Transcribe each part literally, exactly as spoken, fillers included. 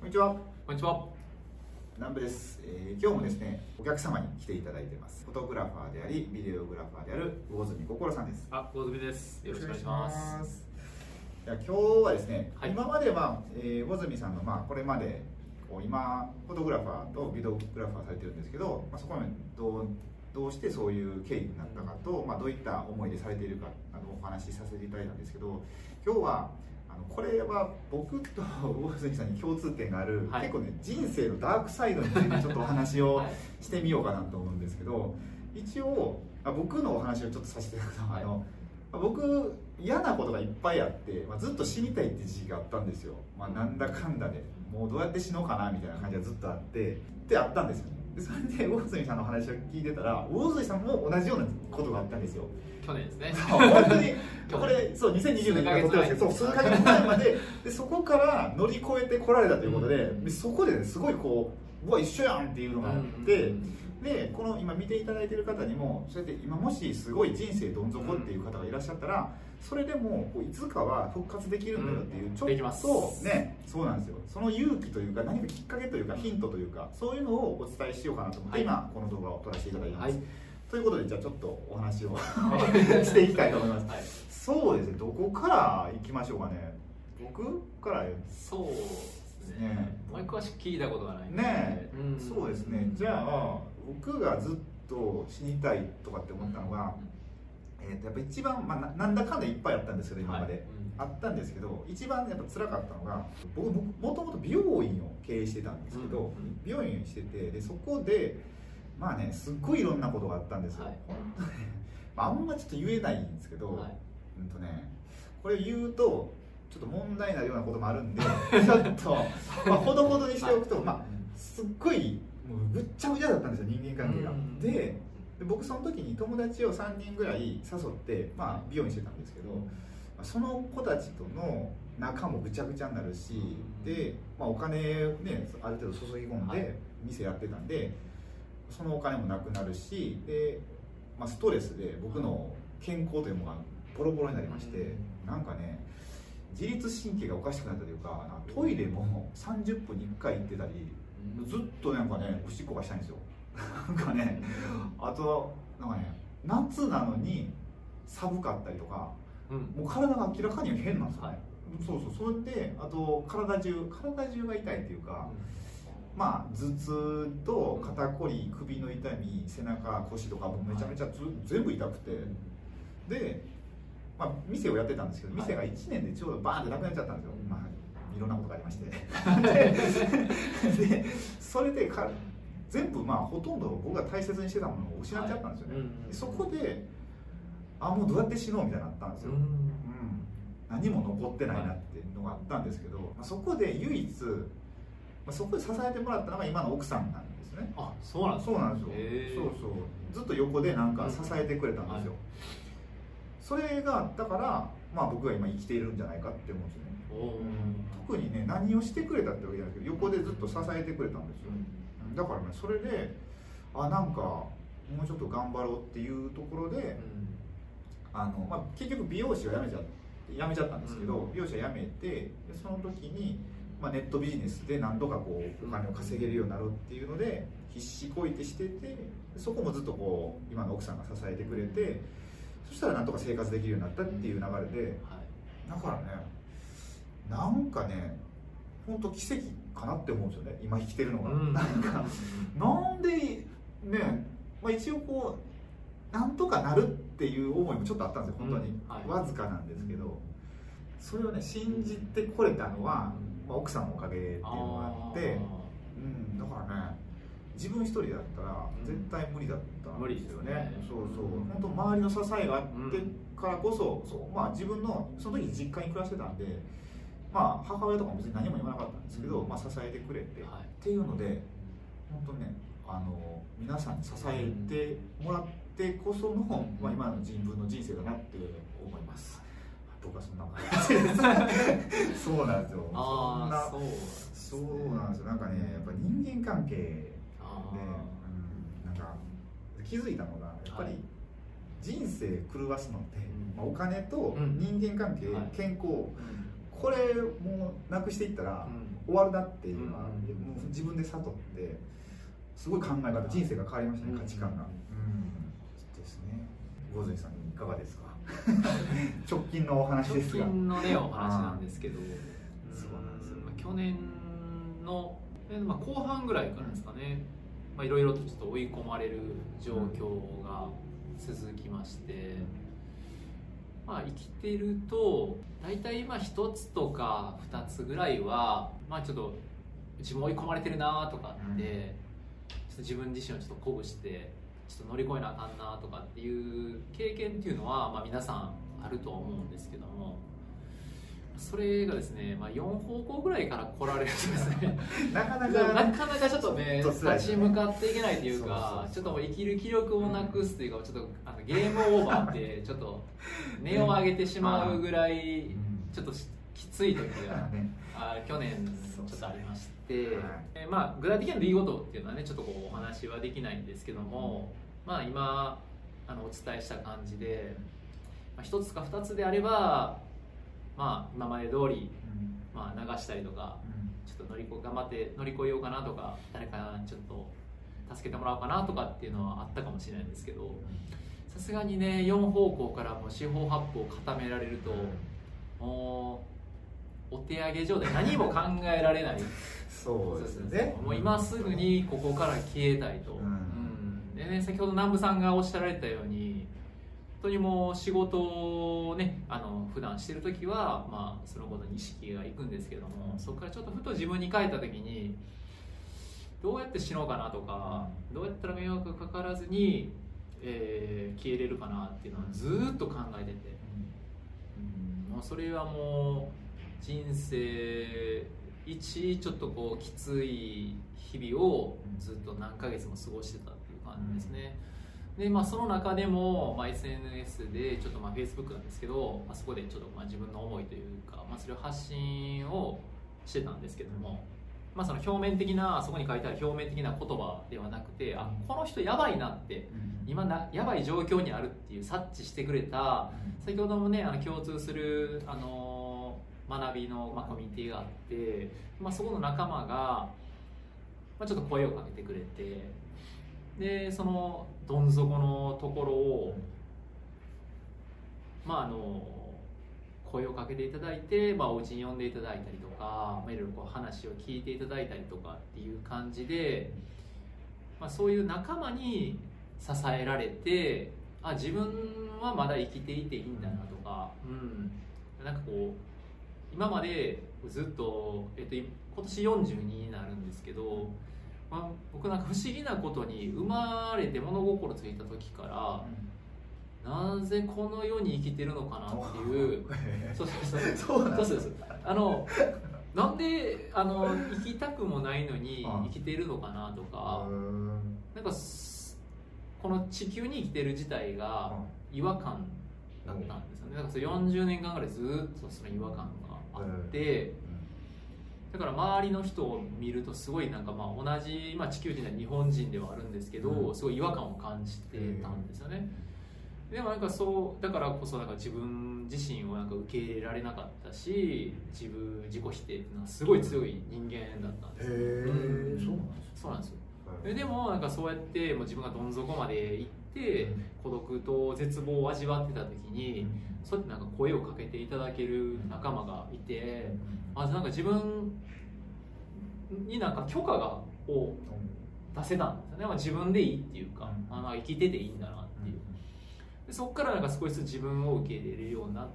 こんにちは。 こんにちは。 南部です、えー、今日もですね、お客様に来ていただいています。フォトグラファーであり、ビデオグラファーである魚住心さんです。 あ、魚住です。よろしくお願いします。 いや今日はですね、はい、今までは、えー、魚住さんの、まあ、これまでこう今フォトグラファーとビデオグラファーされてるんですけど、まあ、そこまでどうどうしてそういう経緯になったかと、まあ、どういった思いでされているかなどお話しさせていただいたんですけど、今日はあのこれは僕と魚住さんに共通点がある、はい、結構ね人生のダークサイドについてちょっとお話をしてみようかなと思うんですけど、一応あ僕のお話をちょっとさせていただくと、はい、あの僕嫌なことがいっぱいあって、まあ、ずっと死にたいって時期があったんですよ、まあ、なんだかんだでもうどうやって死のうかなみたいな感じがずっとあってってあったんですよね。でそれで魚住さんの話を聞いてたら、魚住さんも同じようなことがあったんですよ。 去年ですね。 本当にこれそうにせんにじゅうねんに撮ってますけど、そう数ヶ月前まででそこから乗り越えてこられたということで、うん、そこで、ね、すごいこううわ一緒やんっていうのがあって、うん、でこの今見ていただいている方にもそれで今もしすごい人生どん底っていう方がいらっしゃったら、それでもいつかは復活できるんだよっていう、ちょっとね、そうなんですよ。その勇気というか何かきっかけというかヒントというかそういうのをお伝えしようかなと思って、はい、今この動画を撮らせていただいてます、はい、ということでじゃあちょっとお話をしていきたいと思います、はい、そうですね、どこから行きましょうかね。僕からそうですね、あまり詳しく聞いたことがないね、うん、そうですね。じゃあ僕がずっと死にたいとかって思ったのが、えー、とやっぱ一番、まあ、なんだかんだいっぱいあったんですけど今まで、はい、うん、あったんですけど一番やっぱ辛かったのが、僕もともと美容院を経営してたんですけど、うんうん、美容院しててでそこでまあねすっごいいろんなことがあったんですよ、はい、本当ね、まあ、あんまちょっと言えないんですけど、はい、うんとね、これ言うとちょっと問題になるようなこともあるんでちょっと、まあ、ほどほどにしておくと、はい、まあ、すっごいもうぐっちゃぐちゃだったんですよ、人間関係が。でで僕その時に友達をさんにんぐらい誘って、まあ、美容院してたんですけど、その子たちとの仲もぐちゃぐちゃになるし、で、まあ、お金ねある程度注ぎ込んで店やってたんで、そのお金もなくなるし、で、まあ、ストレスで僕の健康というものがボロボロになりまして、なんかね自律神経がおかしくなったというか、トイレもさんじゅっぷんにいっかい行ってたり、ずっとなんかねおしっこがしたいんですよ。なんかね、あとなんかね夏なのに寒かったりとか、うん、もう体が明らかに変なんですよね、はい、そうそう、それであと体中体中が痛いっていうか、うん、まあ頭痛と肩こり、首の痛み、背中腰とかもめちゃめちゃず、はい、全部痛くて、で、まあ、店をやってたんですけど、店がいちねんでちょうどバーンってなくなっちゃったんですよ、はい、まあ、いろんなことがありましてで, でそれでか全部まあほとんど僕が大切にしてたものを失っちゃったんですよね、はい、うん、そこであもうどうやって死のうみたいになったんですよ、うん、うん、何も残ってないなっていうのがあったんですけど、まあ、そこで唯一、まあ、そこで支えてもらったのが今の奥さんなんですね。 あ、そうなんですか。 そうなんですよ、そうそう、ずっと横でなんか支えてくれたんですよ、うん、はい、それがあったから、まあ、僕が今生きているんじゃないかって思うんですよね、うん、特にね何をしてくれたってわけじゃないけど横でずっと支えてくれたんですよ、うん、だからねそれであなんかもうちょっと頑張ろうっていうところで、うん、あのまあ、結局美容師は辞めちゃ辞めちゃったんですけど、うん、美容師は辞めてでその時に、まあ、ネットビジネスで何とかこうお金を稼げるようになろうっていうので必死こいてしてて、そこもずっとこう今の奥さんが支えてくれて、そしたらなんとか生活できるようになったっていう流れで、はい、だからねなんかね本当奇跡かなって思うんですよね今生きてるのが、うん、なんかなんでね、まあ、一応こうなんとかなるっていう思いもちょっとあったんですよ本当に、うん、はい、わずかなんですけど、それをね信じてこれたのは、まあ、奥さんのおかげっていうのがあって、うん、だからね自分一人だったら絶対無理だったんですよね、うん、そうそう、本当周りの支えがあってからこそ、うん、そう、まあ、自分のその時実家に暮らしてたんで、まあ、母親とかも別に何も言わなかったんですけど、うん、まあ、支えてくれて、はい、っていうので本当ねあの皆さんに支えてもらってこその、うん、まあ、今の自分の人生だなって思います。僕はそんな感じですそうなんですよ。 ああ、そうそうなんですよ。なんかねやっぱ人間関係で、うん、なんか気づいたのがやっぱり人生狂わすのって、まあ、お金と人間関係、うん、健康、うん、これもうなくしていったら、 終わるなっていうのは、うん、もう自分で悟ってすごい考え方、人生が変わりましたね、価値観が。うん、ですね。魚住さんいかがですか？直近のお話ですが。 直近のねお話なんですけど、そうなんですよ。まあ、去年の、まあ、後半ぐらいからですかね。まあいろいろとちょっと追い込まれる状況が続きまして、まあ生きてると大体まあ一つとか二つぐらいはまあちょっと自分追い込まれてるなとかって、うん、ちょっと自分自身をちょっと鼓舞してちょっと乗り越えなあかんなとかっていう経験っていうのはまあ皆さんあると思うんですけども、それがですね、まあ、よん方向ぐらいから来られるとですねなかなかなかなかちょっとね立ち向かっていけないというか、ちょっともう生きる気力をなくすというか、ちょっとあのゲームオーバーってちょっと音を上げてしまうぐらいちょっときつい時があ去年ちょっとありまして、えまあ具体的な出来事っていうのはねちょっとこうお話はできないんですけども、まあ今あのお伝えした感じで、まあ、一つか二つであればまあ今まで通り、まあ、流したりとか、ちょっと乗りこ頑張って乗り越えようかなとか、誰かちょっと助けてもらおうかなとかっていうのはあったかもしれないんですけど、さすがにねよん方向からもう四方八方固められると、もうお手上げ状態、何も考えられないそうですね。 もう今すぐにここから消えたいと、うんうんでね、先ほど南部さんがおっしゃられたように、本当にもう仕事をねあの普段してる時は、まあ、そのことに意識がいくんですけども、そこからちょっとふと自分に帰った時にどうやって死のうかなとか、どうやったら迷惑がかからずに、えー、消えれるかなっていうのはずーっと考えてて、うん、もうそれはもう人生一ちょっとこうきつい日々をずっと何ヶ月も過ごしてたっていう感じですね。でまあ、その中でも、まあ、エスエヌエス でちょっとまあ Facebook なんですけど、まあ、そこでちょっとまあ自分の思いというか、まあ、それを発信をしてたんですけども、まあ、その表面的なそこに書いてある表面的な言葉ではなくて、あこの人やばいなって今なやばい状況にあるっていう察知してくれた、先ほどもねあの共通するあの学びのまあコミュニティがあって、まあ、そこの仲間が、まあ、ちょっと声をかけてくれて、でそのどん底のところを、まあ、あの声をかけていただいて、まあ、お家に呼んでいただいたりとか、まあ、いろいろこう話を聞いていただいたりとかっていう感じで、まあ、そういう仲間に支えられて、あ自分はまだ生きていていいんだなとか、うん、なんかこう今までずっと、えっと、今年よんじゅうにになるんですけど、まあ、僕なんか不思議なことに生まれて物心ついた時から、うん、なぜこの世に生きてるのかなっていうそうそうそうそうそうそうあのなんであの生きたくもないのに生きてるのかなとか、なんかこの地球に生きてる自体が違和感だったんですよね。だからそれよんじゅうねんかんぐらいずっとその違和感があって、だから周りの人を見るとすごいなんかまあ同じ、まあ、地球人で日本人ではあるんですけど、すごい違和感を感じてたんですよね。でもなんかそうだからこそなんか自分自身をなんか受け入れられなかったし、自分自己否定っていうのはすごい強い人間だったんですよ。へー、そうなんですそうなんですよ。でもなんかそうやってもう自分がどん底まで行って孤独と絶望を味わってた時に、そうやってなんか声をかけていただける仲間がいて、あなんか自分になんか許可がを出せたんですよね。自分でいいっていうか、あの生きてていいんだなっていう。でそこからなんか少しずつ自分を受け入れるようになって、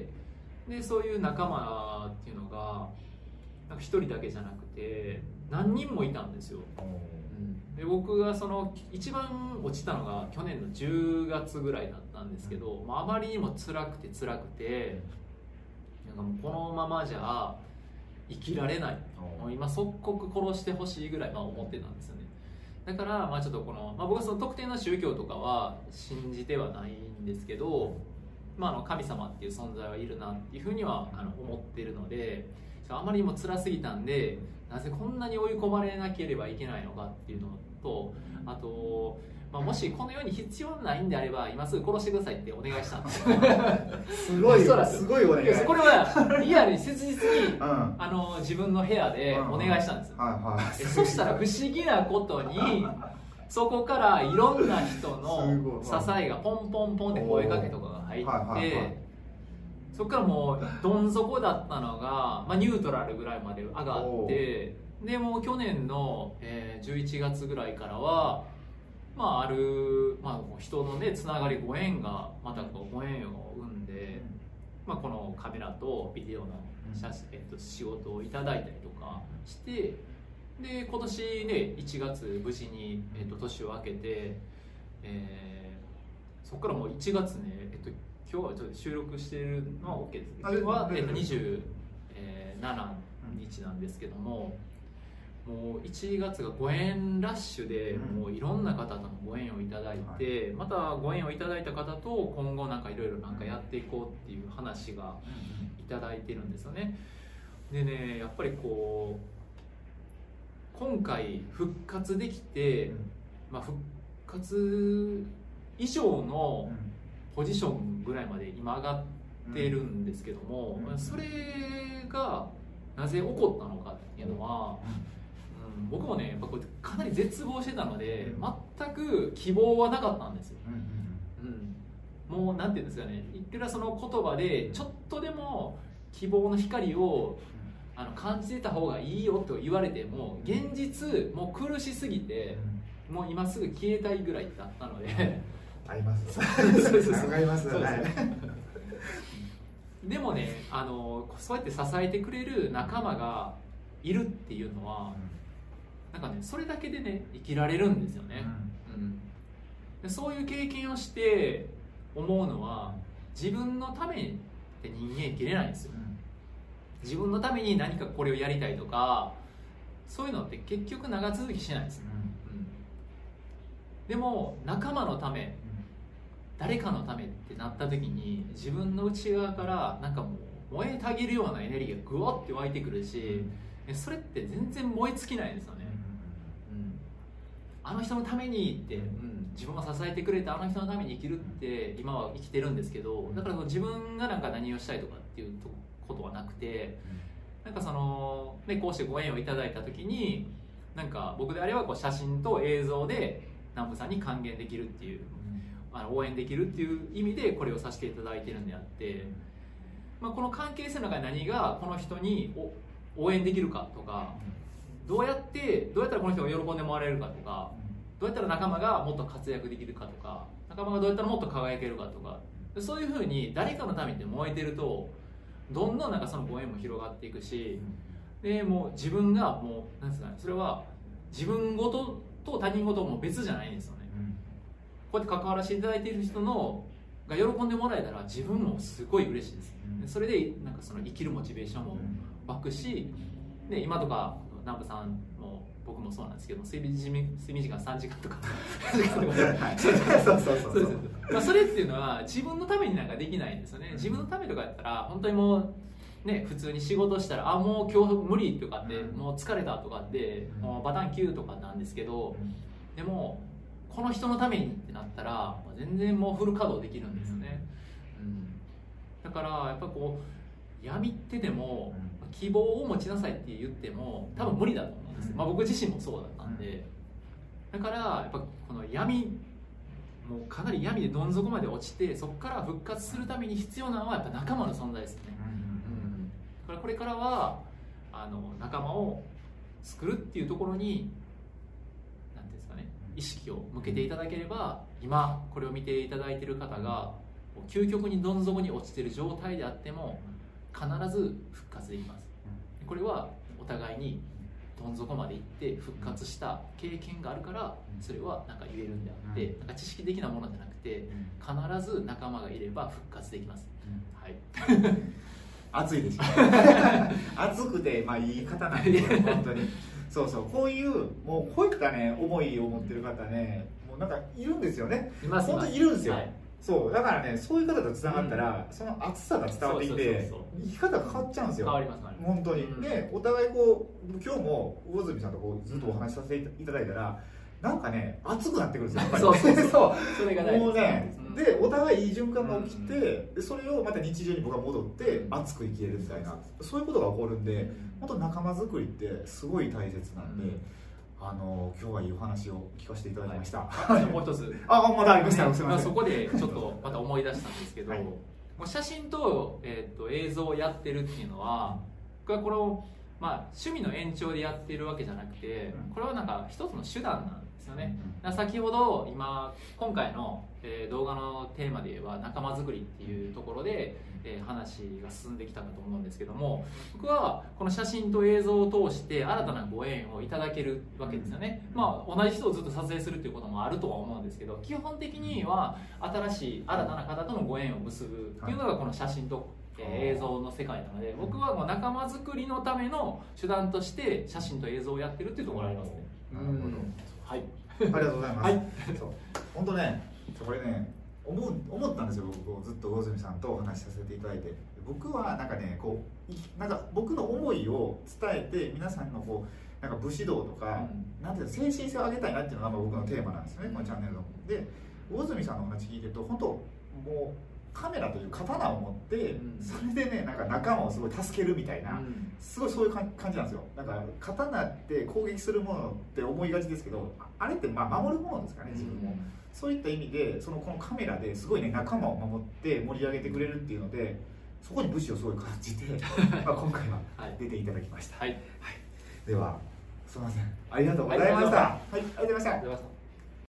でそういう仲間っていうのがなんか一人だけじゃなくて何人もいたんですよ。で僕がその一番落ちたのが去年のじゅうがつぐらいだったんですけど、まあ、あまりにも辛くて辛くてなんかもうこのままじゃ生きられない、もう今即刻殺してほしいぐらいまあ思ってたんですよね。だからまあちょっとこの、まあ、僕はその特定の宗教とかは信じてはないんですけど、まあ、あの神様っていう存在はいるなっていうふうにはあの思ってるので、あまりにも辛すぎたんでなぜこんなに追い込まれなければいけないのかっていうのと、あとまあ、もしこの世に必要ないんであれば今すぐ殺してくださいってお願いしたんですすごいすごいお願い。 これはリアルに切実に、うん、あの自分の部屋でお願いしたんです、はいはい、そしたら不思議なことにそこからいろんな人の支えがポンポンポンって声かけとかが入って、はいはいはい、そこからもうどん底だったのが、まあ、ニュートラルぐらいまで上がって、でもう去年の、えー、じゅういちがつぐらいからは、まあ、ある、まあ、人のねつながりご縁がまたこうご縁を生んで、まあ、このカメラとビデオの写真、えっと、仕事をいただいたりとかして、で今年ねいちがつ無事に、えっと、年を明けて、えー、そこからもういちがつね、えっと、今日はちょっと収録しているのは OK です。今日は、えっと、にじゅうしちにちなんですけども、もういちがつがご縁ラッシュで、もういろんな方とのご縁をいただいて、またご縁をいただいた方と今後なんかいろいろなんかやっていこうっていう話がいただいてるんですよね。でね、やっぱりこう今回復活できて、まあ、復活以上のポジションぐらいまで今上がってるんですけども、それがなぜ起こったのかっていうのは、うん、僕もねやっぱこれかなり絶望してたので全く希望はなかったんですよ、うん、もうなんていうんですかね、いくらその言葉でちょっとでも希望の光をあの感じてた方がいいよと言われても、現実もう苦しすぎてもう今すぐ消えたいぐらいだったのでありますそうそうそうますよね。 でもね、あのそうやって支えてくれる仲間がいるっていうのは、うん、なんかねそれだけでね生きられるんですよね、うんうん、でそういう経験をして思うのは、自分のためにって人間生きれないんですよ、うん、自分のために何かこれをやりたいとかそういうのって結局長続きしないんですよ、うんうん、でも仲間のため、誰かのためってなった時に自分の内側からなんかもう燃えたぎるようなエネルギーがグワッて湧いてくるし、それって全然燃え尽きないんですよね、うん、あの人のためにって、うん、自分が支えてくれたあの人のために生きるって今は生きてるんですけど、だから自分がなんか何をしたいとかっていうことはなくて、なんかその、ね、こうしてご縁をいただいた時になんか僕であればこう写真と映像で南部さんに還元できるっていう、あの応援できるっていう意味でこれをさせていただいてるんであって、まあ、この関係性の中で何がこの人に応援できるかとか、どうやってどうやったらこの人が喜んでもらえるかとか、どうやったら仲間がもっと活躍できるかとか、仲間がどうやったらもっと輝けるかとか、そういうふうに誰かのために燃えてるとどんどんなんかそのご縁も広がっていくし、でもう自分がもうなんですかね、それは自分ごとと他人ごとも別じゃないんですよね。こうやって関わらせていただいている人のが喜んでもらえたら自分もすごい嬉しいです、うん、それでなんかその生きるモチベーションも湧くし、で今とか南部さんも僕もそうなんですけど、睡眠時睡眠時間さんじかんとかそれっていうのは自分のためになんかできないんですよね。自分のためとかやったら本当にもうね、普通に仕事したらあもう今日無理とかって、うん、もう疲れたとかって、うん、もうバタンキューとかなんですけど、うん、でもこの人のためにってなったら全然もうフル稼働できるんですよね、うん、だからやっぱこう闇ってでも希望を持ちなさいって言っても多分無理だと思うんですよ、まあ、僕自身もそうだったんで、だからやっぱこの闇もうかなり闇でどん底まで落ちて、そこから復活するために必要なのはやっぱ仲間の存在ですよね、うん、だからこれからはあの仲間を作るっていうところに意識を向けていただければ、今これを見ていただいている方が究極にどん底に落ちている状態であっても必ず復活できます。これはお互いにどん底まで行って復活した経験があるからそれはなんか言えるんであって、なんか知識的なものじゃなくて必ず仲間がいれば復活できます、はい熱いでしょ熱くて、まあ、いい方なんですよ本当に。そうそう、こういうもうこういったね思いを持ってる方ね、もうなんかいるんですよね。 います、 本当にいるんですよ、はい、そうだからね、そういう方とつながったら、うん、その熱さが伝わってきて生き方が変わっちゃうんですよ。 変わります、ね、 本当に、うん、でお互いこう今日も魚住さんとこうずっとお話しさせていただいたら、 なんかね熱くなってくるんですよやっぱり。 そうそうそうそうそれが大事もうね、 うんでお互いいい循環が起きて、 うんでそれをまた日常に僕が戻って熱く生きれるみたいな、そういうことが起こるんで、本当仲間づくりってすごい大切なんで、うん、あの今日はいいお話を聞かせていただきました。 はい、もう一つあまだありました、 ね、 すみません。 そこでちょっとまた思い出したんですけど、はい、もう写真と、えー、と映像をやってるっていうのはこれはこの、まあ、趣味の延長でやってるわけじゃなくて、これはなんか一つの手段なんですよね。先ほど今今回の、えー、動画のテーマで言えば仲間づくりっていうところで、えー、話が進んできたかと思うんですけども、僕はこの写真と映像を通して新たなご縁をいただけるわけですよね。まあ同じ人をずっと撮影するっていうこともあるとは思うんですけど、基本的には新しい新たな方とのご縁を結ぶっていうのがこの写真と、えー、映像の世界なので、僕はもう仲間づくりのための手段として写真と映像をやってるっていうところがありますね。 なるほど。 はい。 ありがとうございます。 はい、 そう本当ね、これね思う思ったんですよ。僕ずっと魚住さんとお話しさせていただいて、僕はなんかねこうなんか僕の思いを伝えて皆さんのこうなんか武士道とか、うん、なんていうの精神性を上げたいなっていうのが僕のテーマなんですよね、このチャンネルの。で、魚住さんのお話聞いてると本当もうカメラという刀を持って、うん、それでねなんか仲間をすごい助けるみたいな、うん、すごいそういう感じなんですよ。なんか刀って攻撃するものって思いがちですけど、あれってまあ守るものですかね、自分も、うん、そういった意味でそのこのカメラですごいね仲間を守って盛り上げてくれるっていうので、そこに武士をすごい感じてまあ今回は出ていただきました。はい、はい、ではすみません、ありがとうございました。はい、ありがとうございました。